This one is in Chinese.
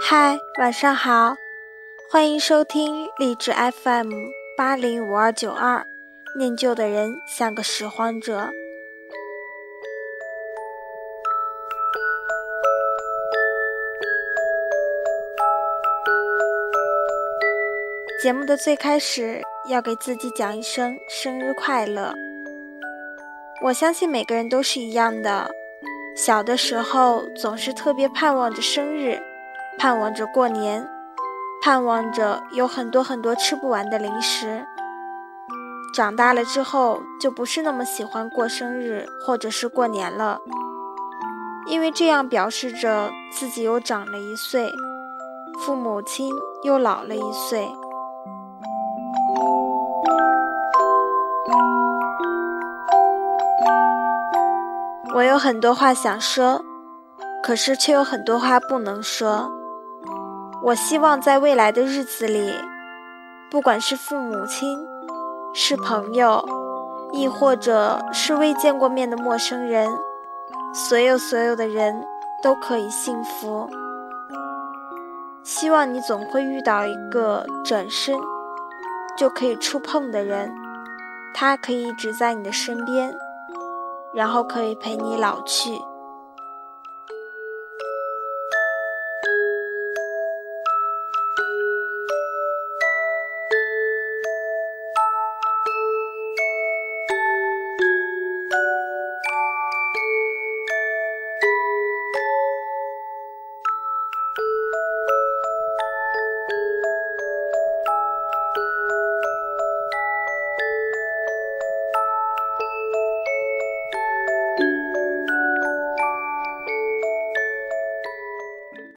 嗨，晚上好，欢迎收听励志 FM805292，念旧的人像个拾荒者。节目的最开始要给自己讲一声生日快乐。我相信每个人都是一样的，小的时候总是特别盼望着生日，盼望着过年，盼望着有很多吃不完的零食。长大了之后就不是那么喜欢过生日或者是过年了，因为这样表示着自己又长了1岁，父母亲又老了1岁。我有很多话想说，可是却有很多话不能说。我希望在未来的日子里，不管是父母亲，是朋友，亦或者是未见过面的陌生人，所有的人都可以幸福。希望你总会遇到一个转身就可以触碰的人，他可以一直在你的身边，然后可以陪你老去。